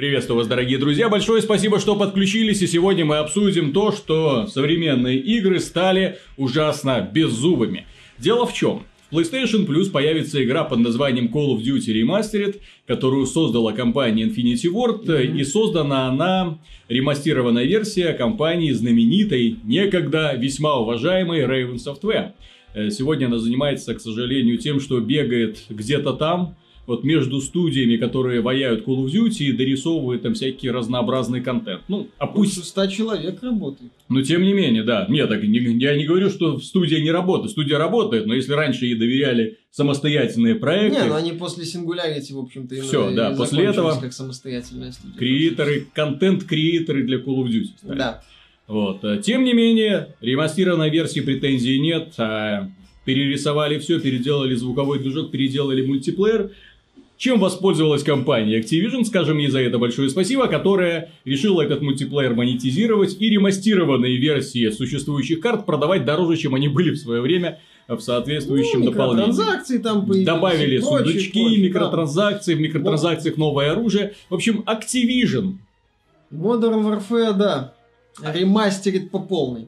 Приветствую вас, дорогие друзья, большое спасибо, что подключились, и сегодня мы обсудим то, что современные игры стали ужасно беззубыми. Дело в чем? В PlayStation Plus появится игра под названием Call of Duty Remastered, которую создала компания Infinity Ward, и создана она, ремастированная версия компании знаменитой, некогда весьма уважаемой Raven Software. Сегодня она занимается, к сожалению, тем, что бегает где-то там, вот между студиями, которые ваяют Call of Duty, и дорисовывают там всякий разнообразный контент. Ну, а пусть... 100 человек работает. Но тем не менее, да. Нет, так, я не говорю, что студия не работает. Студия работает, но если раньше ей доверяли самостоятельные проекты... Не, ну они после Singularity, в общем-то, все, да, после этого как самостоятельная студия. Креаторы, контент-креаторы для Call of Duty стали. Да. Вот. Тем не менее, ремастированной версии претензий нет. Перерисовали все, переделали звуковой движок, переделали мультиплеер. Чем воспользовалась компания Activision, скажем ей за это большое спасибо, которая решила этот мультиплеер монетизировать и ремастированные версии существующих карт продавать дороже, чем они были в свое время в соответствующем дополнении. Микротранзакции там появились. Добавили сундучки, микротранзакции, в микротранзакциях новое оружие. В общем, Activision. Modern Warfare, да. Ремастерит по полной.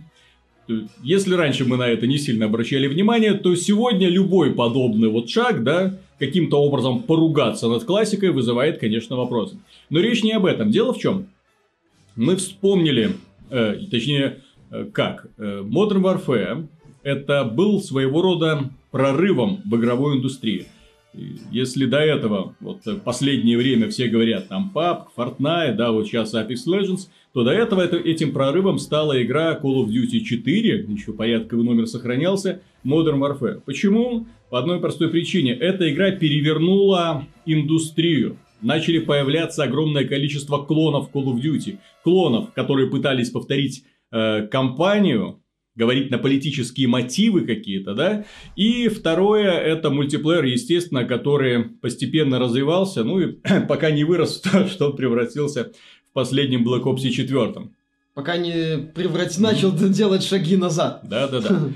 Если раньше мы на это не сильно обращали внимание, то сегодня любой подобный вот шаг, да, каким-то образом поругаться над классикой вызывает, конечно, вопросы. Но речь не об этом. Дело в чем? Мы вспомнили, точнее, как Modern Warfare это был своего рода прорывом в игровой индустрии. Если до этого, вот последнее время все говорят, там PUBG, Fortnite, да, вот сейчас Apex Legends, то до этого этим прорывом стала игра Call of Duty 4, еще порядковый номер сохранялся, Modern Warfare. Почему? По одной простой причине. Эта игра перевернула индустрию. Начали появляться огромное количество клонов Call of Duty. Клонов, которые пытались повторить кампанию, говорить на политические мотивы какие-то, да. И второе, это мультиплеер, естественно, который постепенно развивался, ну и пока не вырос в то, что он превратился в последнем Black Ops 4. Пока не начал делать шаги назад. Да-да-да.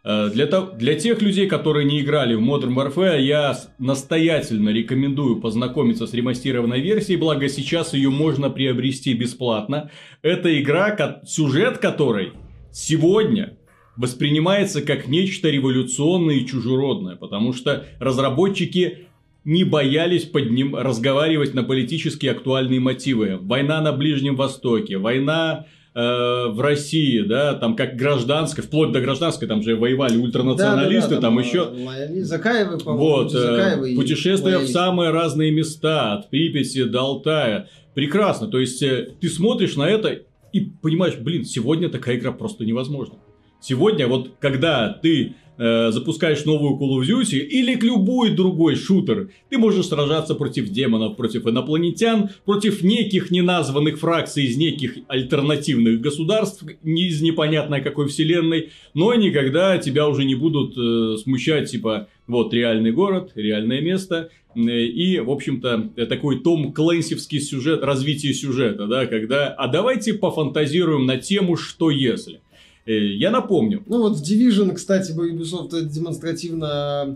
Для тех людей, которые не играли в Modern Warfare, я настоятельно рекомендую познакомиться с ремастированной версией, благо сейчас ее можно приобрести бесплатно. Это игра, сюжет которой сегодня воспринимается как нечто революционное и чужеродное, потому что разработчики не боялись разговаривать на политически актуальные мотивы. Война на Ближнем Востоке, война в России, да, там как гражданская, вплоть до гражданской, там же воевали ультранационалисты, там еще... Закаевы, по-моему, вот, путешествия в самые разные места, от Припяти до Алтая. Прекрасно, то есть ты смотришь на это и понимаешь, блин, сегодня такая игра просто невозможна. Сегодня, вот когда ты запускаешь новую Call of Duty или любой другой шутер, ты можешь сражаться против демонов, против инопланетян, против неких неназванных фракций из неких альтернативных государств, из непонятной какой вселенной, но никогда тебя уже не будут смущать, типа, вот реальный город, реальное место. И, в общем-то, такой Том Клэнсивский сюжет, развитие сюжета, да, когда, а давайте пофантазируем на тему, что если. Я напомню. Ну вот в Division, кстати, Ubisoft демонстративно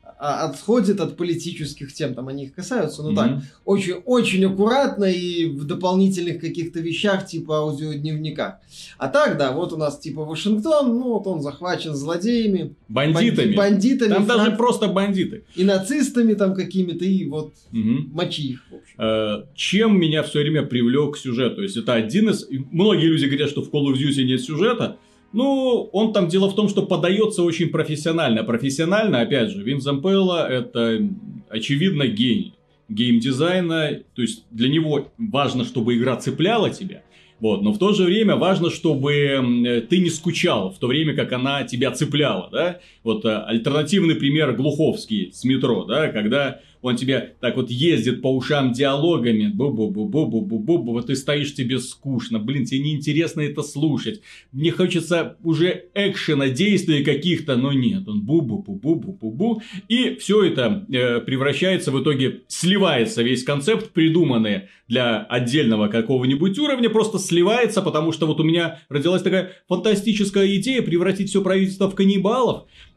отходит от политических тем, там они их касаются, но так, очень аккуратно и в дополнительных каких-то вещах, типа аудиодневниках. А так, да, вот у нас типа Вашингтон, ну вот он захвачен злодеями. Бандитами. Там даже просто бандиты. И нацистами там какими-то, и вот мочи их, в общем. Чем меня все время привлек сюжет? То есть, это один из... Многие люди говорят, что в Call of Duty нет сюжета. Ну, он там, дело в том, что подается очень профессионально. Профессионально, опять же, Вин Зампелло это, очевидно, гений геймдизайна. То есть, для него важно, чтобы игра цепляла тебя. Вот, но в то же время важно, чтобы ты не скучал, в то время как она тебя цепляла, да? Вот альтернативный пример Глуховский с метро, да, когда он тебе так вот ездит по ушам диалогами, бу-бу-бу-бу-бу-бу-бу, вот ты стоишь, тебе скучно, блин, тебе неинтересно это слушать, мне хочется уже экшена, действий каких-то, но нет, он бу-бу-бу-бу-бу-бу-бу, и все это превращается в итоге, сливается весь концепт, придуманный для отдельного какого-нибудь уровня, просто сливается, потому что вот у меня родилась такая фантастическая идея превратить все правительство в каннибалов,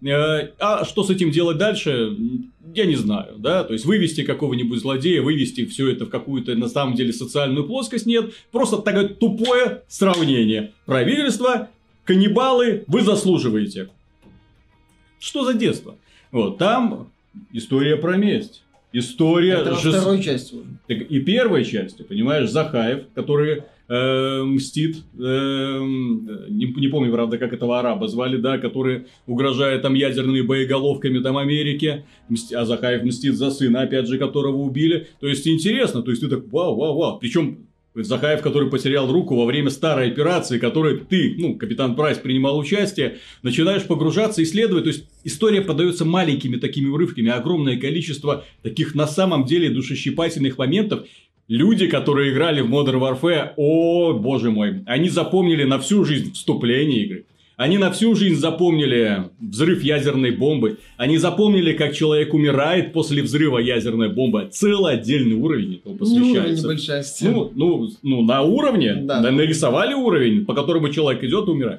А что с этим делать дальше, я не знаю, да, то есть вывести какого-нибудь злодея, вывести все это в какую-то, на самом деле, социальную плоскость, нет, просто такое тупое сравнение. Правительство, каннибалы, вы заслуживаете. Что за детство? Вот, там история про месть. История... Это второй части уже. И первой части, понимаешь, Захаев, который мстит, не помню, правда, как этого араба звали, да, который угрожает там ядерными боеголовками там Америке, а Захаев мстит за сына, опять же, которого убили. То есть интересно, то есть ты так вау. Причем Захаев, который потерял руку во время старой операции, в которой ты, капитан Прайс, принимал участие, начинаешь погружаться, исследовать. То есть история подается маленькими такими урывками, огромное количество таких на самом деле душещипательных моментов. Люди, которые играли в Modern Warfare, о боже мой, они запомнили на всю жизнь вступление игры. Они на всю жизнь запомнили взрыв ядерной бомбы. Они запомнили, как человек умирает после взрыва ядерной бомбы. Целый отдельный уровень этого посвящается. Небольшая сцена. На уровне. Да. Нарисовали уровень, по которому человек идет и умирает.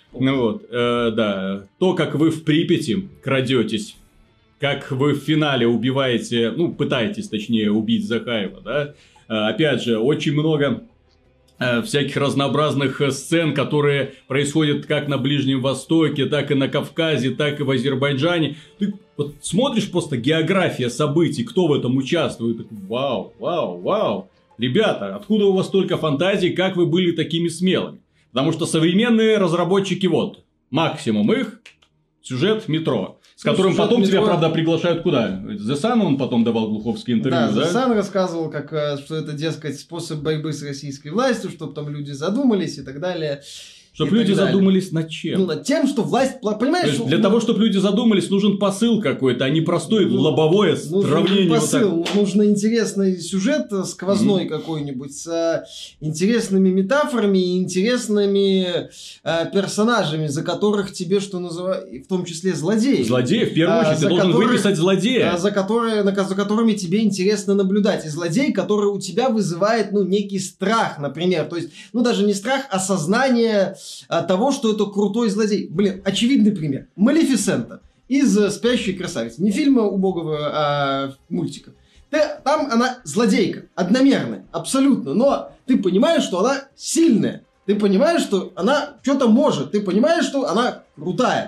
Да. То, как вы в Припяти крадетесь. Как вы в финале убиваете, пытаетесь, точнее, убить Захаева, да. Опять же, очень много всяких разнообразных сцен, которые происходят как на Ближнем Востоке, так и на Кавказе, так и в Азербайджане. Ты вот смотришь просто география событий, кто в этом участвует. Так, вау. Ребята, откуда у вас столько фантазий, как вы были такими смелыми? Потому что современные разработчики, максимум их сюжет «Метро». С которым потом тебя, правда, приглашают куда? The Sun он потом давал глуховские интервью, да? The Sun рассказывал, что это, дескать, способ борьбы с российской властью, чтобы там люди задумались и так далее. Чтобы люди задумались над чем? Над тем, что власть... Понимаешь? Для того, чтобы люди задумались, нужен посыл какой-то, а не простое лобовое сравнение. Нужен посыл, нужен интересный сюжет сквозной какой-нибудь, с интересными метафорами и интересными персонажами, за которых тебе, что называют, в том числе злодеи. Злодеи, в первую очередь, ты должен выписать злодея. За которыми тебе интересно наблюдать. И злодей, который у тебя вызывает, некий страх, например. То есть, даже не страх, а сознание того, что это крутой злодей. Очевидный пример. Малефисента из «Спящей красавицы». Не фильма убогого, а мультика. Там она злодейка, одномерная, абсолютно. Но ты понимаешь, что она сильная. Ты понимаешь, что она что-то может. Ты понимаешь, что она крутая.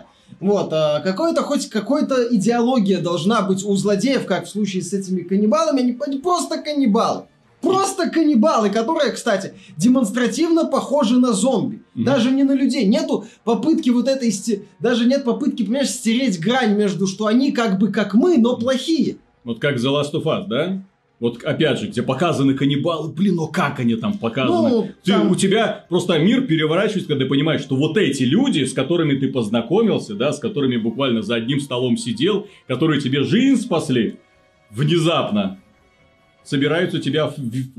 Хоть какая-то идеология должна быть у злодеев, как в случае с этими каннибалами. Они просто каннибалы. Просто каннибалы, которые, кстати, демонстративно похожи на зомби. Даже не на людей. Нету попытки даже нет попытки, понимаешь, стереть грань между, что они как мы, но плохие. Вот как The Last of Us, да? Вот опять же, где показаны каннибалы, как они там показаны. У тебя просто мир переворачивается, когда ты понимаешь, что вот эти люди, с которыми ты познакомился, да, с которыми буквально за одним столом сидел, которые тебе жизнь спасли, внезапно собираются тебя в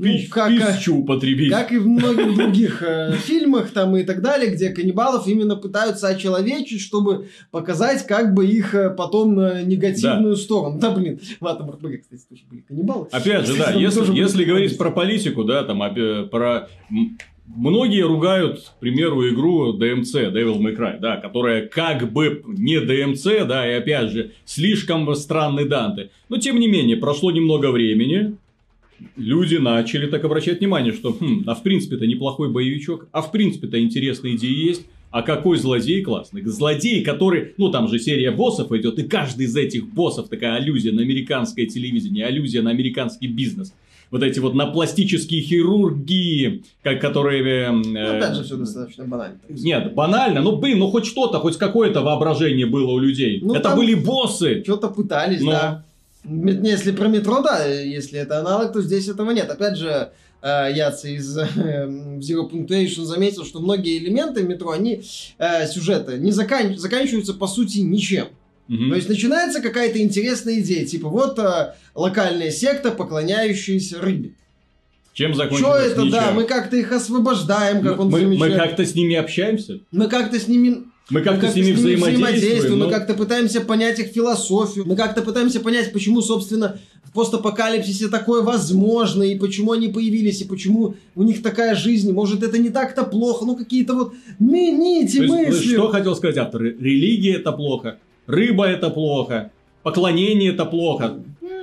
пищу употребить. Как и в многих других фильмах там и так далее, где каннибалов именно пытаются очеловечить, чтобы показать как бы их потом негативную сторону. В Атом РПГ, кстати, тоже были каннибалы. Опять же, да, если говорить про политику, да, там про... Многие ругают, к примеру, игру DMC, Devil May Cry, да, которая как бы не DMC, да, и опять же, слишком странный Данте. Но, тем не менее, прошло немного времени, люди начали так обращать внимание, что, в принципе-то неплохой боевичок, а в принципе-то интересные идеи есть, а какой злодей классный. Злодей, который, там же серия боссов идет, и каждый из этих боссов такая аллюзия на американское телевидение, аллюзия на американский бизнес. Вот эти на пластические хирургии, которые... опять же, все достаточно банально. Нет, банально, хоть что-то, хоть какое-то воображение было у людей. Это были боссы. Что-то пытались, да. Если про метро, да, если это аналог, то здесь этого нет. Опять же, Яц из Zero Punctuation заметил, что многие элементы метро, они сюжета не заканчиваются по сути ничем. То есть начинается какая-то интересная идея, типа локальная секта, поклоняющаяся рыбе. Чем закончилось? Что это, да, мы как-то их освобождаем, как он замечает. Мы как-то с ними общаемся? Мы как-то с ними взаимодействуем, мы как-то пытаемся понять их философию, мы как-то пытаемся понять, почему, собственно, в постапокалипсисе такое возможно, и почему они появились, и почему у них такая жизнь, может, это не так-то плохо, какие-то нити, мысли. Что хотел сказать автор? Религия — это плохо. Рыба это плохо. Поклонение это плохо.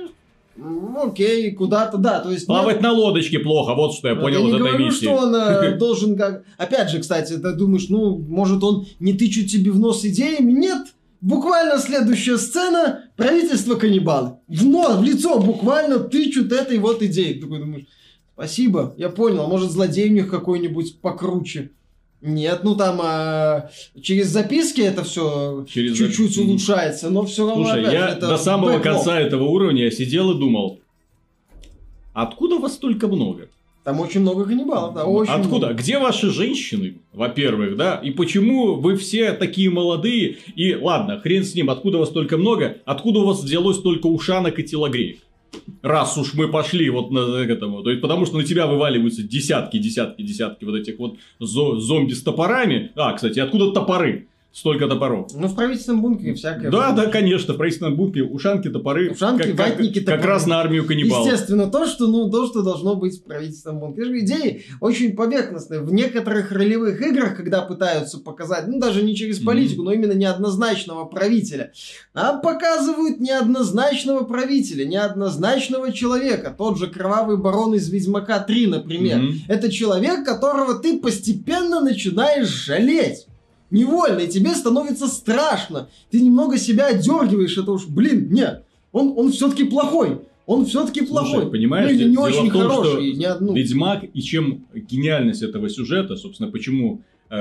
Окей, куда-то, да. То есть, плавать на лодочке плохо, вот что я понял из этой миссии. Я не говорю, что он должен как... Опять же, кстати, ты думаешь, ну, может он не тычет тебе в нос идеями? Нет! Буквально следующая сцена, правительство каннибалы. В лицо буквально тычут этой вот идеей. Ты такой думаешь, спасибо, я понял, а может злодей у них какой-нибудь покруче? Нет, ну там через записки это все чуть-чуть улучшается, но все равно. Слушай, я до самого конца этого уровня я сидел и думал, откуда вас столько много? Там очень много каннибалов, да, очень откуда? много. Где ваши женщины, во-первых, да? И почему вы все такие молодые? И ладно, хрен с ним, откуда вас столько много? Откуда у вас взялось столько ушанок и телогреек? Раз уж мы пошли вот на этому, то есть потому что на тебя вываливаются десятки вот этих вот зомби с топорами. А, кстати, откуда топоры? Столько топоров. Ну, в правительственном бункере всякое. Да, конечно, в правительственном бункере ушанки, топоры. Ушанки, ватники, топоры. Как раз на армию каннибалов. Естественно, то, что должно быть в правительственном бункере. Идеи очень поверхностные. В некоторых ролевых играх, когда пытаются показать, ну, даже не через политику, но именно неоднозначного правителя, нам показывают неоднозначного правителя, неоднозначного человека. Тот же Кровавый Барон из Ведьмака 3, например. Это человек, которого ты постепенно начинаешь жалеть. Невольно, и тебе становится страшно. Ты немного себя отдергиваешь, это уж, блин, нет, он все-таки плохой. Он все-таки плохой. Слушай, понимаешь, ну, не дело очень в том, хороший. Что Ведьмак, и чем гениальность этого сюжета, собственно, почему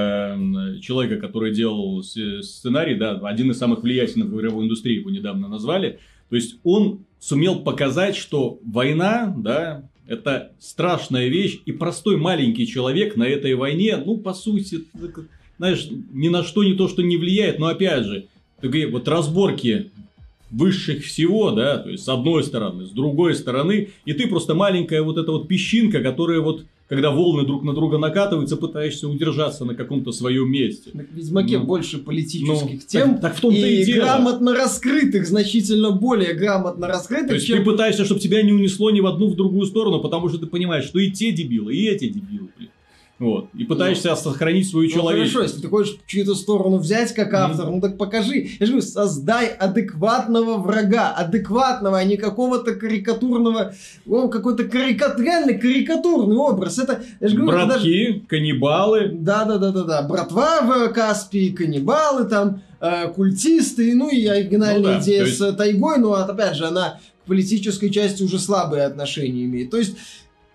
человека, который делал сценарий, да, один из самых влиятельных в игровой индустрии, его недавно назвали, то есть он сумел показать, что война, да, это страшная вещь, и простой маленький человек на этой войне, ну, по сути, знаешь, ни на что не то, что не влияет, но опять же, такие вот разборки высших всего, да, то есть с одной стороны, с другой стороны, и ты просто маленькая вот эта вот песчинка, которая вот, когда волны друг на друга накатываются, пытаешься удержаться на каком-то своем месте. В Ведьмаке больше политических тем, так в том-то и дело. Грамотно раскрытых, значительно более грамотно раскрытых. То есть ты пытаешься, чтобы тебя не унесло ни в одну, в другую сторону, потому что ты понимаешь, что и те дебилы, и эти дебилы, блин. Вот. И пытаешься сохранить свою человечность. Хорошо, если ты хочешь чью-то сторону взять как автор, ну так покажи. Я же говорю, создай адекватного врага. Адекватного, а не какого-то карикатурного, какой-то реально карикатурный образ. Это, я же говорю, братки, даже... каннибалы. Да. Братва в Каспии, каннибалы там, культисты, ну и оригинальная идея с тайгой, но опять же она к политической части уже слабые отношения имеет. То есть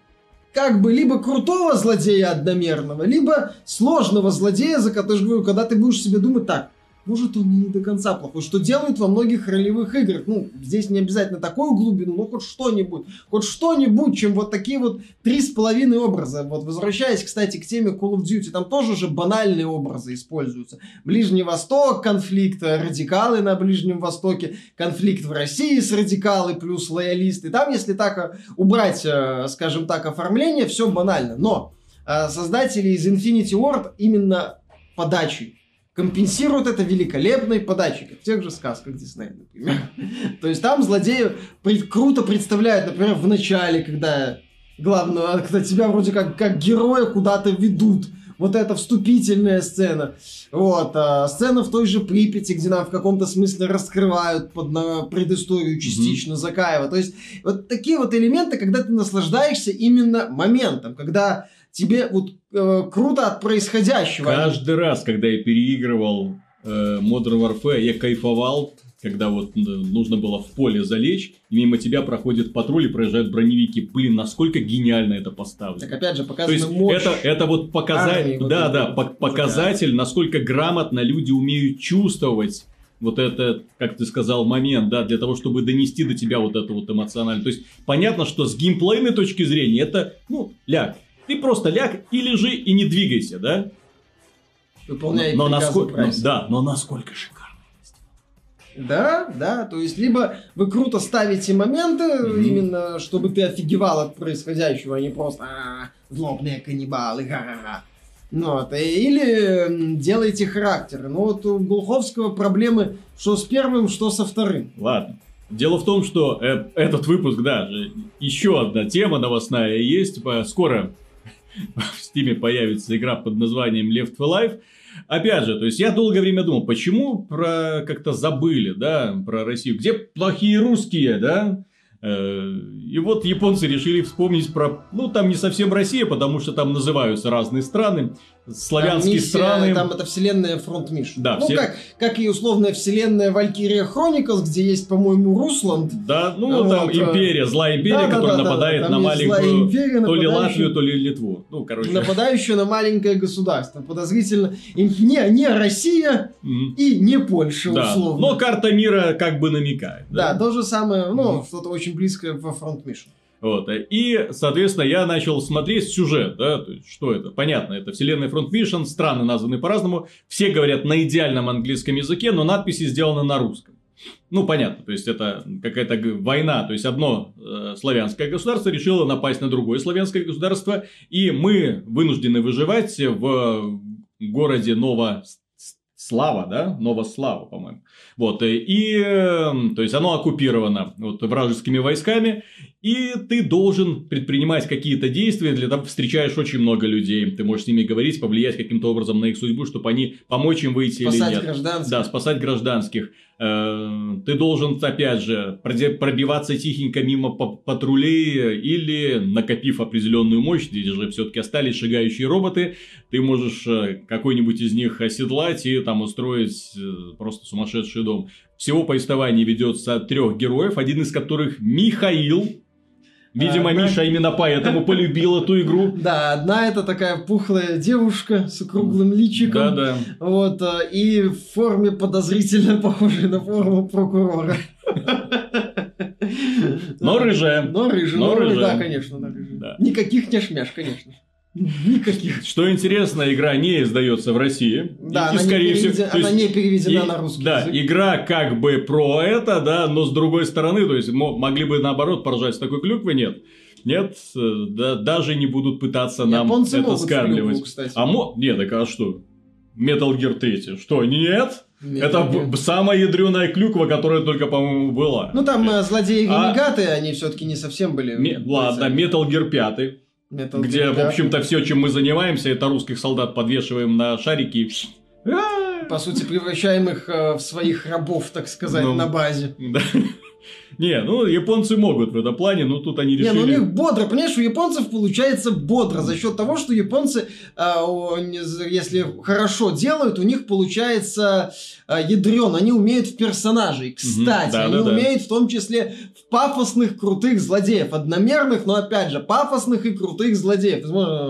как бы либо крутого злодея одномерного, либо сложного злодея, за который, я говорю, когда ты будешь себе думать так, может он не до конца плохой, что делают во многих ролевых играх. Ну, здесь не обязательно такую глубину, но хоть что-нибудь, чем вот такие вот 3,5 образа. Вот возвращаясь, кстати, к теме Call of Duty, там тоже же банальные образы используются. Ближний Восток, конфликт, радикалы на Ближнем Востоке, конфликт в России с радикалы плюс лоялисты. Там, если так убрать, скажем так, оформление, все банально. Но создатели из Infinity Ward именно подачей компенсируют это великолепной подачей, как в тех же сказках Диснея, например. То есть там злодеи круто представляют, например, в начале, когда тебя вроде как героя куда-то ведут. Вот эта вступительная сцена. Вот. Сцена в той же Припяти, где нам в каком-то смысле раскрывают под предысторию частично Закаева. То есть вот такие вот элементы, когда ты наслаждаешься именно моментом, когда тебе вот круто от происходящего. Каждый раз, когда я переигрывал Modern Warfare, я кайфовал, когда вот нужно было в поле залечь, и мимо тебя проходит патруль и проезжают броневики. Блин, насколько гениально это поставлено. Так опять же, показана мощь. Это вот показатель, показатель, насколько грамотно люди умеют чувствовать вот это, как ты сказал, момент, да, для того, чтобы донести до тебя вот это вот эмоционально. То есть понятно, что с геймплейной точки зрения это, ляг. Ты просто ляг и лежи, и не двигайся, да? Выполняй но насколько шикарно. Да, то есть либо вы круто ставите моменты, именно чтобы ты офигевал от происходящего, а не просто злобные каннибалы, ха-ха-ха. Или делаете характер. Но вот у Глуховского проблемы что с первым, что со вторым. Ладно. Дело в том, что этот выпуск, да, еще одна тема новостная есть. Скоро в Steam появится игра под названием Left 4 Life. Опять же, то есть я долгое время думал, почему как-то забыли, да, про Россию, где плохие русские, да? И вот японцы решили вспомнить про, ну там не совсем Россия, потому что там называются разные страны, славянские страны. Там это вселенная Front Mission. Да, ну как и условная вселенная Valkyria Chronicles, где есть, по-моему, Русланд. Да, ну вот, там империя, злая империя, которая нападает на маленькую, империя, то ли Латвию, то ли Литву. Ну, короче. Нападающую на маленькое государство. Подозрительно. Не Россия и не Польша, да. условно. Но карта мира как бы намекает. Да, то же самое, ну, что-то очень близкое во Front Mission. Вот. И, соответственно, я начал смотреть сюжет, да, то есть, что это? Понятно, это вселенная Front Mission, страны названы по-разному, все говорят на идеальном английском языке, но надписи сделаны на русском. Ну, понятно, то есть, это какая-то война, то есть, одно славянское государство решило напасть на другое славянское государство, и мы вынуждены выживать в городе Новослава, да? Новослава, по-моему. Вот, и, то есть, оно оккупировано вот, вражескими войсками, и ты должен предпринимать какие-то действия, для того встречаешь очень много людей, ты можешь с ними говорить, повлиять каким-то образом на их судьбу, чтобы они помочь им выйти или нет. Спасать гражданских. Да, спасать гражданских. Ты должен, опять же, пробиваться тихенько мимо патрулей или, накопив определенную мощь, здесь же все-таки остались шагающие роботы, ты можешь какой-нибудь из них оседлать и там устроить просто сумасшедший дом. Всего повествование ведется от 3 героев, один из которых Михаил. Видимо, Миша именно поэтому полюбил эту игру. Да, одна это такая пухлая девушка с круглым личиком. Да. Вот, и в форме подозрительно похожей на форму прокурора. Но рыжая. Но рыжая. Да, конечно, рыжая. Да. Никаких няшмяш, конечно. Никаких. Что интересно, игра не издается в России. Да, она не переведена на русский язык. Да, игра как бы про это, да, но с другой стороны, то есть могли бы наоборот поржать с такой клюквы, нет. Нет, да, даже не будут пытаться нам японцы это скармливать. Клюкву, кстати. Нет, так а что? Metal Gear 3. Что, нет? Это самая ядреная клюква, которая только, по-моему, была. Ну, там злодеи-ренегаты, они все-таки не совсем были... Ладно, Metal Gear 5. Где, в общем-то, все, чем мы занимаемся, это русских солдат подвешиваем на шарики и... По сути, превращаем их в своих рабов, так сказать, на базе. Да. Не, ну, японцы могут в этом плане, но тут они решили... Не, ну у них бодро, понимаешь, у японцев получается бодро за счет того, что японцы, если хорошо делают, у них получается ядрёно, они умеют в персонажей. Кстати, они умеют в том числе в пафосных крутых злодеев, одномерных, но опять же, пафосных и крутых злодеев.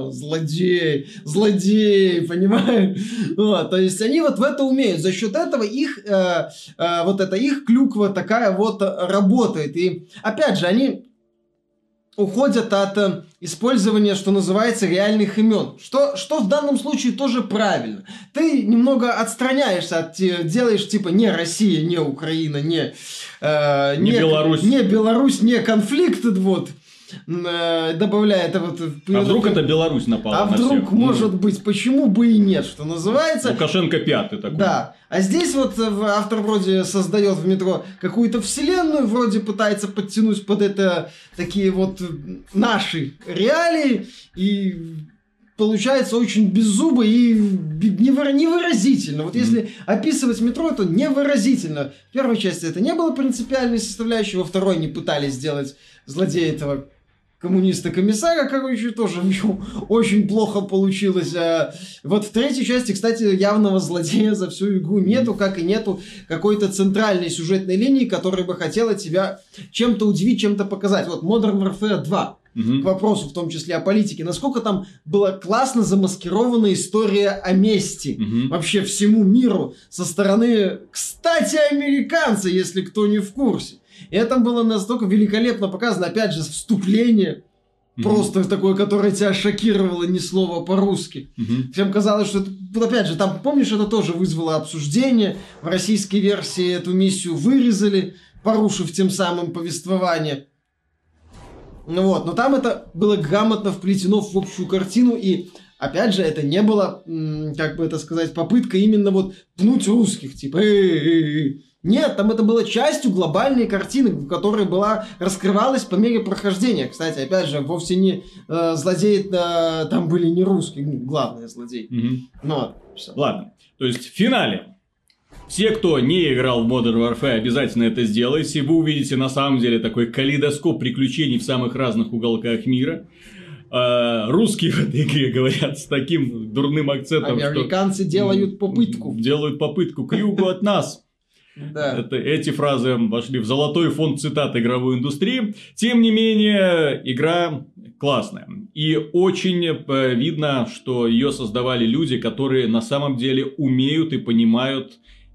Злодей, понимаешь? Вот, то есть они вот в это умеют, за счет этого их, вот эта их клюква такая вот работает. И опять же, они уходят от использования, что называется, реальных имен. Что в данном случае тоже правильно. Ты немного отстраняешься, делаешь типа не Россия, не Украина, не Беларусь. Не Беларусь, не конфликт, вот. Добавляя это вот... А вдруг это Беларусь напала А на вдруг, всех? может быть, почему бы и нет, что называется. Лукашенко 5-й такой. Да. А здесь вот автор вроде создает в метро какую-то вселенную, вроде пытается подтянуть под это такие вот наши реалии, и получается очень беззубо и невыразительно. Вот если описывать метро, то невыразительно. В первой части это не было принципиальной составляющей, во второй не пытались сделать злодея этого коммуниста-комиссара, короче, тоже очень плохо получилось. А вот в третьей части, кстати, явного злодея за всю игру нету, как и нету какой-то центральной сюжетной линии, которая бы хотела тебя чем-то удивить, чем-то показать. Вот Modern Warfare 2. К вопросу, в том числе о политике. Насколько там была классно замаскирована история о мести. Вообще всему миру со стороны, кстати, американца, если кто не в курсе. И это было настолько великолепно показано. Опять же, вступление. Просто такое, которое тебя шокировало ни слова по-русски. Всем казалось, что это... Опять же, там, помнишь, это тоже вызвало обсуждение. В российской версии эту миссию вырезали, порушив тем самым повествование. Ну вот, но там это было грамотно вплетено в общую картину, и, опять же, это не было, как бы это сказать, попытка именно вот пнуть русских, типа, Нет, там это было частью глобальной картины, которая раскрывалась по мере прохождения. Кстати, опять же, вовсе не злодеи, там были не русские, главные злодеи. Ну, все. Ладно, то есть в финале все, кто не играл в Modern Warfare, обязательно это сделайте. И вы увидите на самом деле такой калейдоскоп приключений в самых разных уголках мира. Русские в этой игре говорят с таким дурным акцентом, американцы делают попытку. Делают попытку к югу от нас. Да. Эти фразы вошли в золотой фонд цитат игровой индустрии. Тем не менее, игра классная. И очень видно, что ее создавали люди, которые на самом деле умеют и понимают,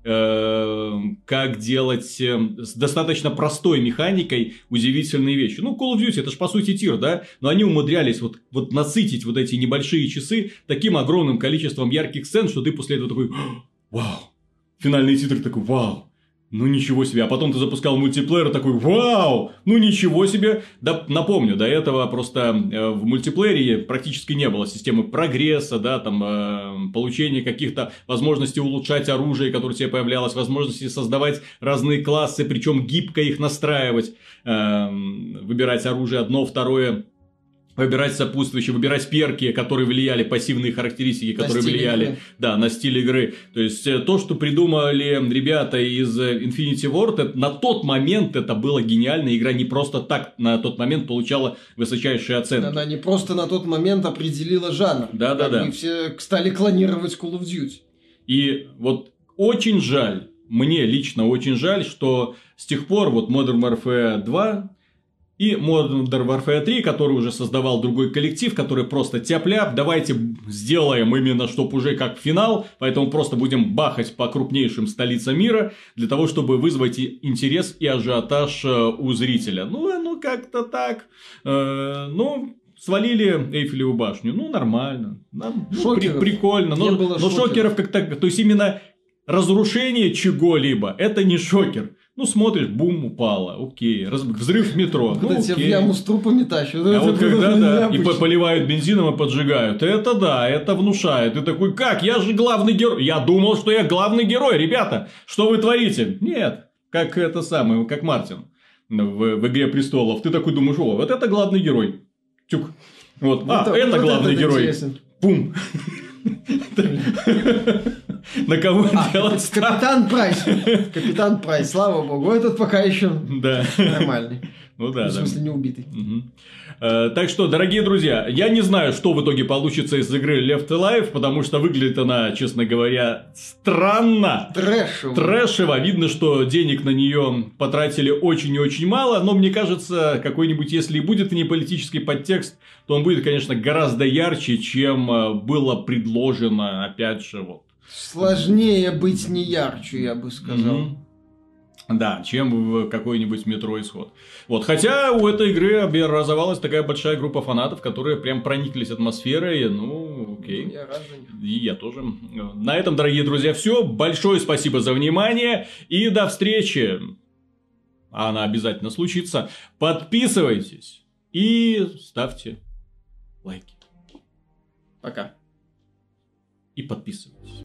как делать с достаточно простой механикой удивительные вещи. Ну, Call of Duty, это же по сути тир, да? Но они умудрялись вот насытить вот эти небольшие часы таким огромным количеством ярких сцен, что ты после этого такой: вау! Финальный титр такой: вау! Ну ничего себе. А потом ты запускал мультиплеер, такой: вау! Ну ничего себе. Да, напомню, до этого просто в мультиплеере практически не было системы прогресса, да, там получения каких-то возможностей улучшать оружие, которое у тебя появлялось, возможности создавать разные классы, причем гибко их настраивать, выбирать оружие одно, второе. Выбирать сопутствующие, выбирать перки, которые влияли, пассивные характеристики, которые влияли на стиль игры. То есть, то, что придумали ребята из Infinity Ward, на тот момент это было гениально. Игра не просто так на тот момент получала высочайшие оценки. Она не просто на тот момент определила жанр. Да. И все стали клонировать Call of Duty. И вот очень жаль, мне лично очень жаль, что с тех пор вот Modern Warfare 2... и Modern Warfare 3, который уже создавал другой коллектив, который просто тяп-ляп, давайте сделаем именно, чтобы уже как финал, поэтому просто будем бахать по крупнейшим столицам мира, для того, чтобы вызвать интерес и ажиотаж у зрителя. Ну как-то так. Свалили Эйфелеву башню, нормально. Прикольно. Но шокеров как так, то есть именно разрушение чего-либо, это не шокер. Смотришь, бум, упало, окей. Взрыв в метро, когда тебя в яму с трупами тащат. А вот когда, и поливают бензином и поджигают, это внушает. Ты такой: как, я же главный герой. Я думал, что я главный герой, ребята. Что вы творите? Нет, как как Мартин в «Игре престолов». Ты такой думаешь: о, вот это главный герой. Тюк. Вот, это главный герой. Пум. На кого делать? Капитан Прайс, слава богу, этот пока еще нормальный. Ну да. В смысле, не убитый. Так что, дорогие друзья, я не знаю, что в итоге получится из игры Left Alive, потому что выглядит она, честно говоря, странно. Трэшево. Видно, что денег на нее потратили очень и очень мало, но мне кажется, какой-нибудь, если и будет не политический подтекст, то он будет, конечно, гораздо ярче, чем было предложено, опять же, вот. Сложнее быть не ярче, я бы сказал. Да, чем в какой-нибудь метро Исход. Вот, хотя у этой игры образовалась такая большая группа фанатов, которые прям прониклись атмосферой. Окей. Я рад за них. И я тоже. На этом, дорогие друзья, все. Большое спасибо за внимание. И до встречи. Она обязательно случится. Подписывайтесь. И ставьте лайки. Пока. И подписывайтесь.